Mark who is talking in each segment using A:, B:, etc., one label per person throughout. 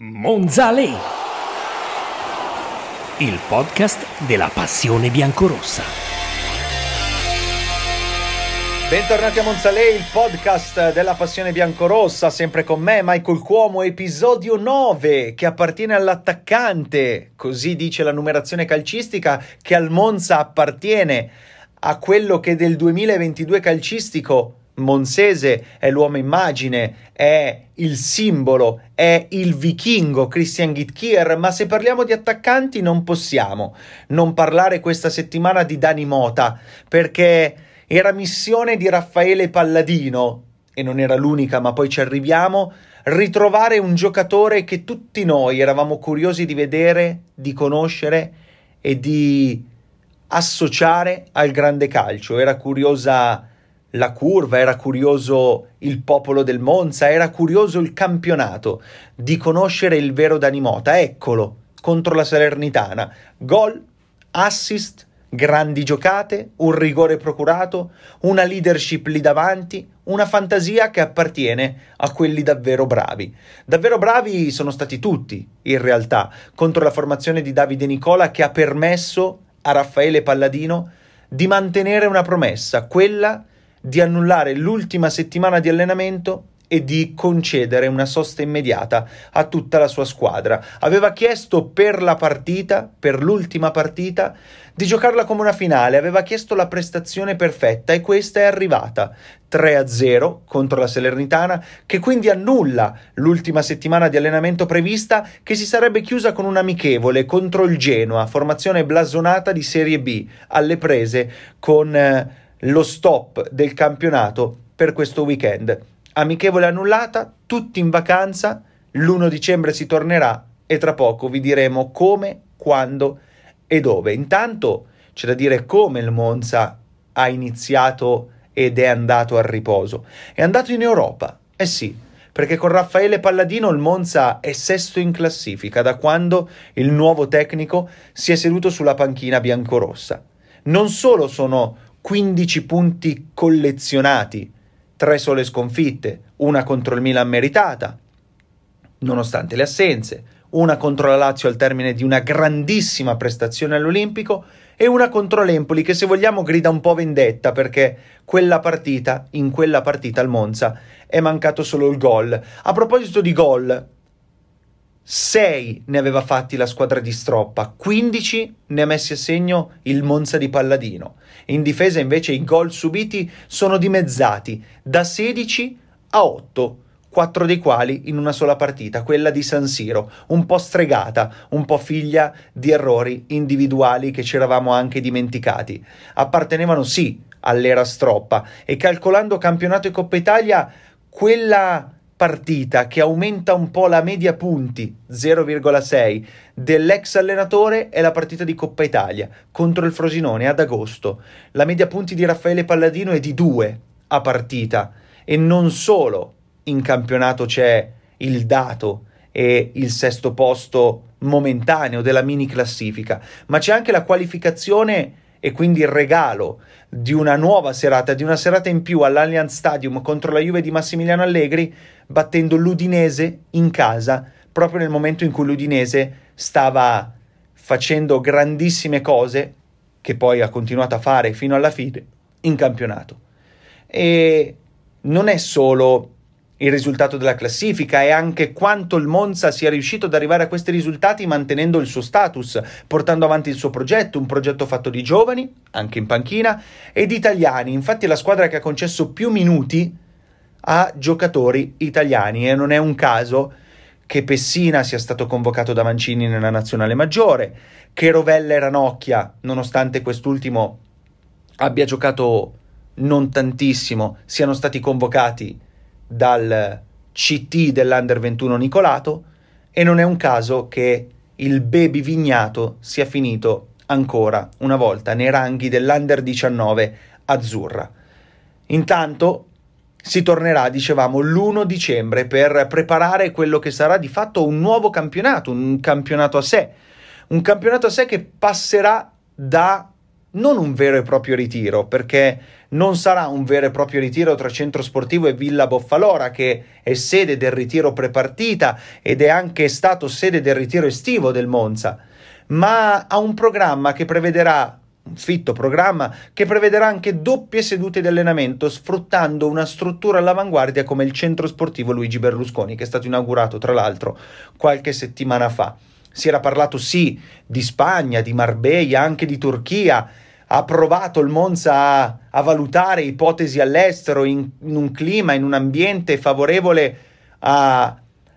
A: Monzalè, il podcast della passione biancorossa.
B: Bentornati a Monzalè, il podcast della passione biancorossa, sempre con me, Michael Cuomo, episodio 9, che appartiene all'attaccante, così dice la numerazione calcistica, che al Monza appartiene a quello che del 2022 calcistico monzese è l'uomo immagine, è il simbolo, è il vichingo Christian Gytkier. Ma se parliamo di attaccanti non possiamo non parlare questa settimana di Dani Mota, perché era missione di Raffaele Palladino, e non era l'unica, ma poi ci arriviamo, ritrovare un giocatore che tutti noi eravamo curiosi di vedere, di conoscere e di associare al grande calcio. Era curiosa la curva, era curioso il popolo del Monza, era curioso il campionato di conoscere il vero Dani Mota. Eccolo, contro la Salernitana, gol, assist, grandi giocate, un rigore procurato, una leadership lì davanti, una fantasia che appartiene a quelli davvero bravi. Davvero bravi sono stati tutti, in realtà, contro la formazione di Davide Nicola, che ha permesso a Raffaele Palladino di mantenere una promessa, quella di annullare l'ultima settimana di allenamento e di concedere una sosta immediata a tutta la sua squadra. Aveva chiesto per la partita, per l'ultima partita, di giocarla come una finale, aveva chiesto la prestazione perfetta e questa è arrivata. 3-0 contro la Salernitana, che quindi annulla l'ultima settimana di allenamento prevista, che si sarebbe chiusa con un amichevole contro il Genoa, formazione blasonata di Serie B, alle prese con lo stop del campionato per questo weekend. Amichevole annullata, tutti in vacanza, l'1 dicembre si tornerà e tra poco vi diremo come, quando e dove. Intanto c'è da dire come il Monza ha iniziato ed è andato al riposo. È andato in Europa, sì, perché con Raffaele Palladino il Monza è sesto in classifica da quando il nuovo tecnico si è seduto sulla panchina biancorossa. Non solo sono 15 punti collezionati, 3 sole sconfitte, una contro il Milan meritata, nonostante le assenze, una contro la Lazio al termine di una grandissima prestazione all'Olimpico e una contro l'Empoli che, se vogliamo, grida un po' vendetta, perché in quella partita al Monza è mancato solo il gol. A proposito di gol, 6 ne aveva fatti la squadra di Stroppa, 15 ne ha messi a segno il Monza di Palladino. In difesa invece i gol subiti sono dimezzati da 16 a 8, 4 dei quali in una sola partita, quella di San Siro, un po' stregata, un po' figlia di errori individuali che ci eravamo anche dimenticati. Appartenevano sì all'era Stroppa, e calcolando campionato e Coppa Italia, quella partita che aumenta un po' la media punti 0,6 dell'ex allenatore è la partita di Coppa Italia contro il Frosinone ad agosto. La media punti di Raffaele Palladino è di 2 a partita, e non solo in campionato c'è il dato e il sesto posto momentaneo della mini classifica, ma c'è anche la qualificazione e quindi il regalo di una nuova serata, di una serata in più all'Allianz Stadium contro la Juve di Massimiliano Allegri, battendo l'Udinese in casa, proprio nel momento in cui l'Udinese stava facendo grandissime cose, che poi ha continuato a fare fino alla fine in campionato. E non è solo il risultato della classifica, è anche quanto il Monza sia riuscito ad arrivare a questi risultati mantenendo il suo status, portando avanti il suo progetto, un progetto fatto di giovani, anche in panchina, e di italiani. Infatti è la squadra che ha concesso più minuti a giocatori italiani, e non è un caso che Pessina sia stato convocato da Mancini nella nazionale maggiore, che Rovella e Ranocchia, nonostante quest'ultimo abbia giocato non tantissimo, siano stati convocati dal CT dell'Under 21 Nicolato, e non è un caso che il baby Vignato sia finito ancora una volta nei ranghi dell'Under 19 azzurra. Intanto si tornerà, dicevamo, l'1 dicembre per preparare quello che sarà di fatto un nuovo campionato, un campionato a sé che passerà da non un vero e proprio ritiro, perché non sarà un vero e proprio ritiro tra Centro Sportivo e Villa Boffalora, che è sede del ritiro prepartita ed è anche stato sede del ritiro estivo del Monza, ma ha un programma che prevederà un fitto programma che prevederà anche doppie sedute di allenamento, sfruttando una struttura all'avanguardia come il Centro Sportivo Luigi Berlusconi, che è stato inaugurato tra l'altro qualche settimana fa. Si era parlato sì di Spagna, di Marbella, anche di Turchia. Ha provato il Monza a valutare ipotesi all'estero in un clima, in un ambiente favorevole a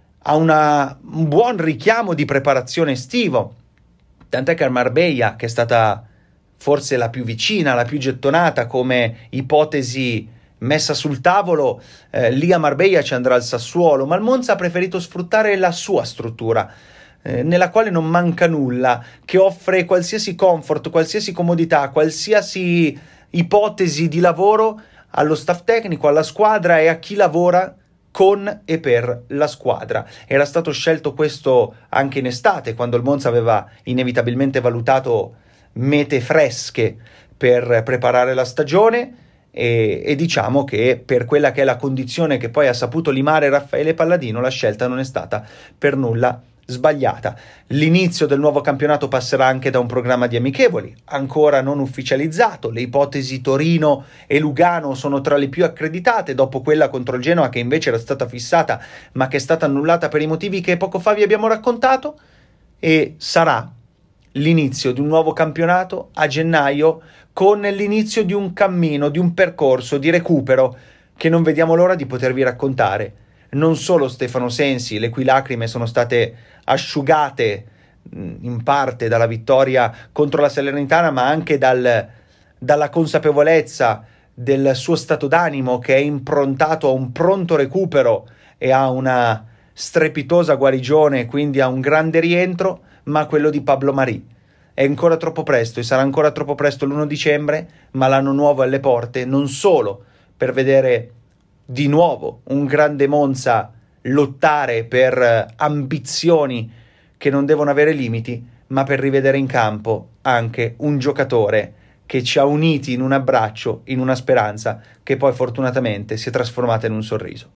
B: un buon richiamo di preparazione estivo. Tant'è che a Marbella, che è stata forse la più vicina, la più gettonata come ipotesi messa sul tavolo, lì a Marbella ci andrà il Sassuolo, ma il Monza ha preferito sfruttare la sua struttura, nella quale non manca nulla, che offre qualsiasi comfort, qualsiasi comodità, qualsiasi ipotesi di lavoro allo staff tecnico, alla squadra e a chi lavora con e per la squadra. Era stato scelto questo anche in estate, quando il Monza aveva inevitabilmente valutato mete fresche per preparare la stagione e diciamo che per quella che è la condizione che poi ha saputo limare Raffaele Palladino, la scelta non è stata per nulla sbagliata. L'inizio del nuovo campionato passerà anche da un programma di amichevoli ancora non ufficializzato. Le ipotesi Torino e Lugano sono tra le più accreditate, dopo quella contro il Genoa che invece era stata fissata ma che è stata annullata per i motivi che poco fa vi abbiamo raccontato, e sarà l'inizio di un nuovo campionato a gennaio, con l'inizio di un cammino, di un percorso di recupero che non vediamo l'ora di potervi raccontare. Non solo Stefano Sensi, le cui lacrime sono state asciugate in parte dalla vittoria contro la Salernitana, ma anche dalla consapevolezza del suo stato d'animo che è improntato a un pronto recupero e a una strepitosa guarigione, quindi a un grande rientro, ma quello di Pablo Marì. È ancora troppo presto e sarà ancora troppo presto l'1 dicembre, ma l'anno nuovo è alle porte, non solo per vedere di nuovo un grande Monza lottare per ambizioni che non devono avere limiti, ma per rivedere in campo anche un giocatore che ci ha uniti in un abbraccio, in una speranza che poi fortunatamente si è trasformata in un sorriso.